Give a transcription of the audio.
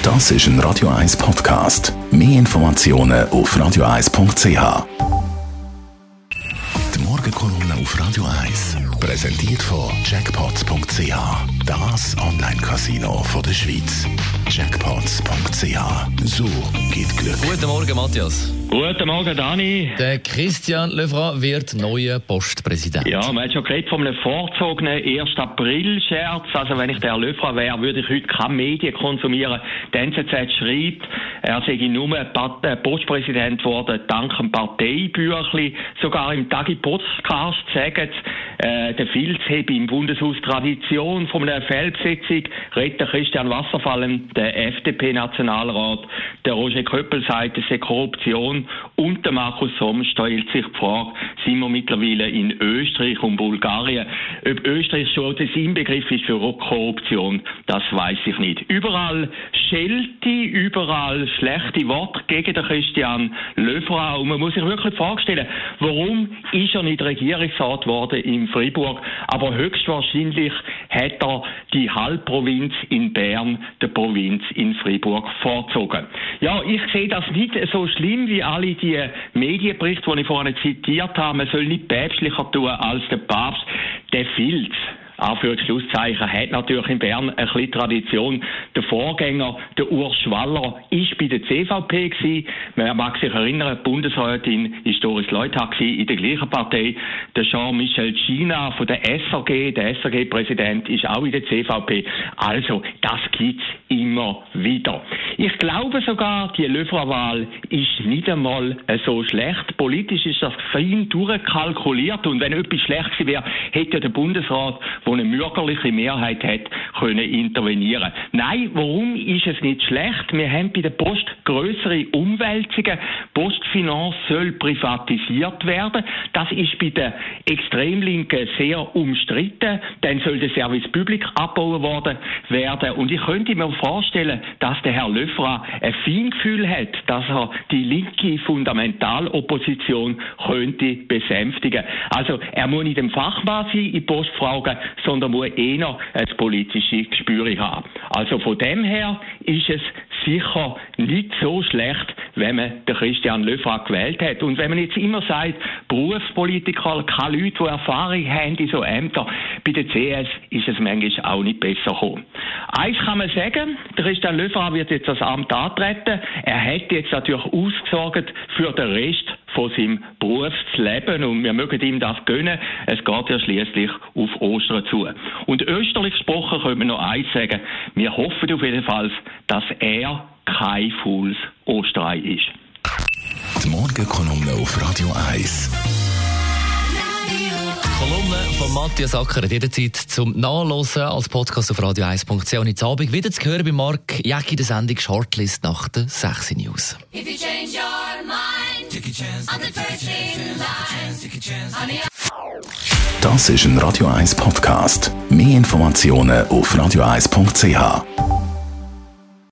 Das ist ein Radio 1 Podcast. Mehr Informationen auf radio1.ch. Die Morgenkolumne auf Radio 1 präsentiert von Jackpots.ch. Das Online-Casino der Schweiz. Jackpots.ch. So geht Glück. Guten Morgen, Matthias. Guten Morgen, Dani. Der Christian Lefra wird neuer Postpräsident. Ja, man hat schon geredet von einem vorzogenen 1. April-Scherz. Also wenn ich der Lefra wäre, würde ich heute keine Medien konsumieren. Die NZZ schreibt, er sei nur Postpräsident geworden dank dem Parteibüchli. Sogar im Tagi-Podcast sagen der Filz habe im Bundeshaus Tradition von einer Fehlbesetzung. Redet der Christian Wasserfall, der FDP-Nationalrat. Der Roger Köppel sagt, es sei Korruption. Und der Markus Somm stellt sich die Frage, sind wir mittlerweile in Österreich und Bulgarien? Ob Österreich schon das Inbegriff ist für Korruption, das weiß ich nicht. Überall Schelte, überall schlechte Worte gegen den Christian Lefra. Und man muss sich wirklich vorstellen, warum ist er nicht Regierungsrat geworden in Freiburg? Aber höchstwahrscheinlich hat er die Halbprovinz in Bern, der Provinz in Freiburg, vorgezogen. Ja, ich sehe das nicht so schlimm wie alle die Medienberichte, die ich vorhin zitiert habe. Man soll nicht päpstlicher tun als der Papst. Der Filz, Anführungszeichen, hat natürlich in Bern ein bisschen Tradition. Der Vorgänger, der Urs Schwaller, ist bei der CVP gewesen. Man mag sich erinnern, die Bundesrätin ist Doris Leuthard in der gleichen Partei. Der Jean-Michel Gina von der SRG, der SRG-Präsident, ist auch in der CVP. Also, das gibt's immer wieder. Ich glaube sogar, die Lefra-Wahl ist nicht einmal so schlecht. Politisch ist das fein durchkalkuliert. Und wenn etwas schlecht gewesen wäre, hätte der Bundesrat, der eine bürgerliche Mehrheit hat, können intervenieren. Nein, warum ist es nicht schlecht? Wir haben bei der Post grössere Umwälzungen. Postfinance soll privatisiert werden. Das ist bei den Extremlinken sehr umstritten. Dann soll der Service Public abgebaut werden. Und ich könnte mir vorstellen, dass der Herr Lefra ein Feingefühl hat, dass er die linke Fundamentalopposition könnte besänftigen. Also er muss nicht ein Fachmann sein in Postfragen, sondern muss eher ein politisches Gespür haben. Also von dem her ist es sicher nicht so schlecht, wenn man den Christian Lefra gewählt hat. Und wenn man jetzt immer sagt, Berufspolitiker, keine Leute, die Erfahrung haben in so Ämtern, bei der CS ist es manchmal auch nicht besser gekommen. Eins kann man sagen, der Christian Lefra wird jetzt das Amt antreten. Er hat jetzt natürlich ausgesorgt für den Rest von seinem Berufsleben und wir mögen ihm das gönnen. Es geht ja schliesslich auf Ostern zu. Und österlich gesprochen können wir noch eins sagen. Wir hoffen auf jeden Fall, dass er kein faules Osterei ist. Die Morgenkolumne auf Radio 1. Kolumne von Matthias Acker jederzeit zum Nachlesen als Podcast auf radio1.ch. Und jetzt Abend wieder zu hören bei Marc Jäcki, der Sendung Shortlist nach den 6 News. If you change your mind, take a chance, on the first in line. Das ist ein Radio 1 Podcast. Mehr Informationen auf radio1.ch.